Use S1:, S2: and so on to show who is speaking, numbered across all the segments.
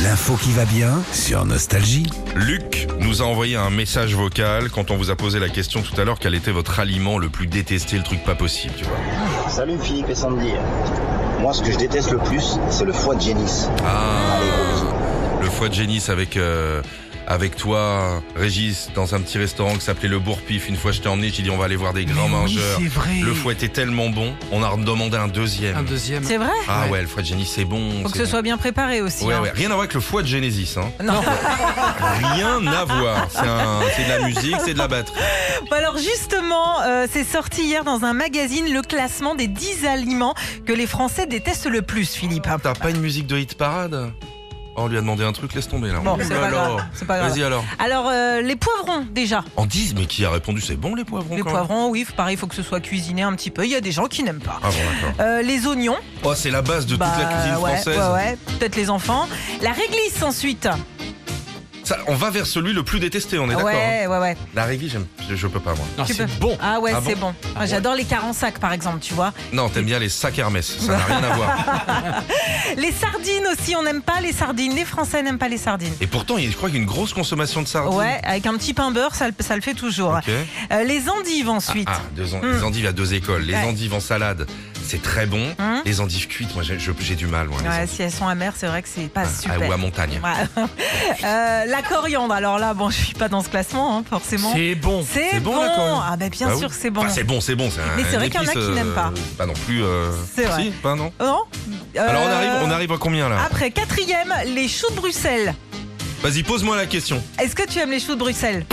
S1: L'info qui va bien sur Nostalgie.
S2: Luc nous a envoyé un message vocal quand on vous a posé la question tout à l'heure, quel était votre aliment le plus détesté, le truc pas possible, tu vois.
S3: Salut Philippe et Sandy. Moi, ce que je déteste le plus, c'est le foie de génisse.
S2: Ah,
S3: Allez, gros bisous.
S2: le foie de génisse avec toi, Régis, dans un petit restaurant qui s'appelait le Bourg-Pif. Une fois, je t'ai emmené, j'ai dit on va aller voir des grands mangeurs.
S4: c'est vrai.
S2: Le foie était tellement bon, on a demandé un deuxième.
S4: Un deuxième.
S5: C'est vrai?
S2: Ah ouais, le foie de génisse, c'est bon.
S5: Faut que
S2: c'est
S5: ce soit bien préparé aussi.
S2: Ouais,
S5: hein.
S2: ouais, rien à voir avec le foie de Genesis, hein.
S5: Non.
S2: Rien à voir. C'est de la musique, c'est de la batterie.
S5: Bon, alors justement, c'est sorti hier dans un magazine le classement des 10 aliments que les Français détestent le plus, Philippe.
S2: T'as pas une musique de hit parade? Oh, on lui a demandé un truc, laisse tomber là.
S5: Bon,
S2: Oh
S5: c'est
S2: là
S5: pas
S2: là.
S5: grave, c'est pas grave.
S2: Vas-y alors.
S5: Alors, les poivrons, déjà.
S2: En 10, mais qui a répondu c'est bon les poivrons
S5: Les
S2: quand
S5: poivrons, oui, pareil, il faut que ce soit cuisiné un petit peu. Il y a des gens qui n'aiment pas.
S2: Ah bon, d'accord.
S5: Les oignons.
S2: Oh, c'est la base de toute la cuisine
S5: ouais,
S2: française.
S5: Ouais, peut-être les enfants. La réglisse ensuite.
S2: Ça, on va vers celui le plus détesté, on est d'accord.
S5: Ouais,
S2: hein.
S5: ouais, ouais.
S2: La réglisse, je peux pas moi.
S4: Non,
S5: Tu
S4: c'est
S5: peux.
S4: bon.
S5: Ah ouais,
S2: Ah
S5: c'est
S2: bon
S5: bon. Moi, j'adore les carensacs, par exemple, tu vois.
S2: Non, t'aimes bien les sacs Hermès, ça n'a rien à voir.
S5: Les sardines aussi, on n'aime pas les sardines. Les Français n'aiment pas les sardines.
S2: Et pourtant, je crois qu'il y a une grosse consommation de sardines.
S5: Ouais, avec un petit pain beurre, ça le fait toujours.
S2: Ok.
S5: Les endives ensuite.
S2: Les endives à deux écoles. Les
S5: Ouais.
S2: endives en salade, c'est très bon. Les endives cuites, moi j'ai du mal. Moi, les
S5: Ouais,
S2: endives.
S5: si elles sont amères, c'est vrai que c'est pas
S2: Ah,
S5: super.
S2: ou à montagne.
S5: Ouais. La coriandre, alors là, bon, je suis pas dans ce classement, hein, forcément.
S4: C'est bon.
S5: C'est
S2: bon,
S5: bon.
S2: la coriandre.
S5: Ah ben bien
S2: Bah
S5: sûr
S2: oui.
S5: que c'est bon.
S2: Enfin, c'est bon. C'est
S5: Mais c'est vrai qu'il y en a qui n'aiment pas.
S2: Pas non plus.
S5: C'est vrai.
S2: Si, pas non.
S5: Non.
S2: Alors on arrive à combien là?
S5: Après, quatrième, les choux de Bruxelles.
S2: Vas-y, pose-moi la question.
S5: Est-ce que tu aimes les choux de Bruxelles?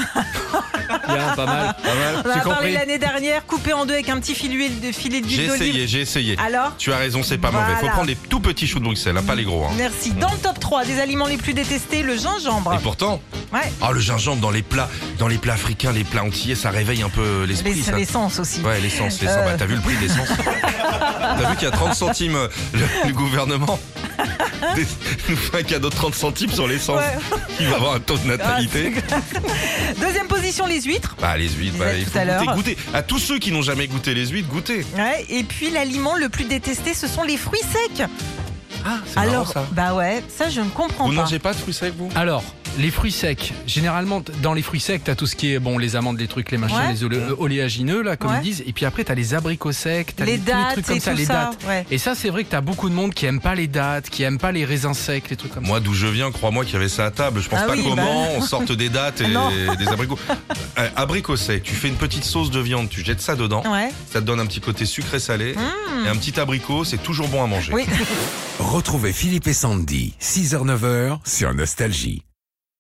S4: Bien, pas mal.
S2: Pas mal.
S5: On en
S4: J'ai
S5: a parlé
S4: compris.
S5: l'année dernière, coupé en deux avec un petit filet d'huile d'olive.
S2: J'ai essayé.
S5: Alors?
S2: Tu as raison, c'est pas mauvais. Faut
S5: Voilà.
S2: prendre les tout petits choux de Bruxelles, hein, pas les gros. Hein.
S5: Merci. Dans le top 3 des aliments les plus détestés, le gingembre.
S2: Et pourtant,
S5: Ouais.
S2: le gingembre dans les plats africains, les plats antillais, ça réveille un peu l'esprit. ça.
S5: L'essence aussi.
S2: Ouais, l'essence. Bah, t'as vu le prix de l'essence? T'as vu qu'il y a 30 centimes, le gouvernement nous fait un cadeau de 30 centimes sur l'essence.
S5: Ouais.
S2: Il va avoir un taux de natalité.
S5: Deuxième position, les huîtres.
S2: Bah, les huîtres,
S5: disais
S2: il
S5: tout
S2: faut
S5: à l'heure.
S2: goûter. À tous ceux qui n'ont jamais goûté les huîtres, goûtez.
S5: Ouais. Et puis l'aliment le plus détesté, ce sont les fruits secs.
S2: Ah, c'est marrant
S5: Alors,
S2: ça.
S5: bah ouais, ça je ne comprends
S2: Vous ne
S5: pas.
S2: mangez pas de fruits secs, vous?
S4: Alors, les fruits secs. Généralement, dans les fruits secs, t'as tout ce qui est bon, les amandes, les trucs, les machins,
S5: Ouais.
S4: les oléagineux là, comme
S5: Ouais.
S4: ils disent. Et puis après, t'as les abricots secs, t'as
S5: Les
S4: tous les
S5: dattes
S4: trucs comme
S5: et
S4: ça,
S5: tout
S4: les
S5: ça.
S4: dattes.
S5: Ouais.
S4: Et ça, c'est vrai que t'as beaucoup de monde qui aime pas les dattes, qui aime pas les raisins secs, les trucs comme ça.
S2: Moi, d'où je viens, crois-moi qu'il y avait ça à table. Je pense
S5: Ah
S2: pas
S5: oui,
S2: comment on sorte des dattes et
S5: Non.
S2: des abricots. Abricots secs, tu fais une petite sauce de viande, tu jettes ça dedans.
S5: Ouais.
S2: Ça te donne un petit côté sucré-salé. Et un petit abricot, c'est toujours bon à manger.
S5: Oui.
S1: Retrouvez Philippe et Sandy, 6h-9h sur Nostalgie.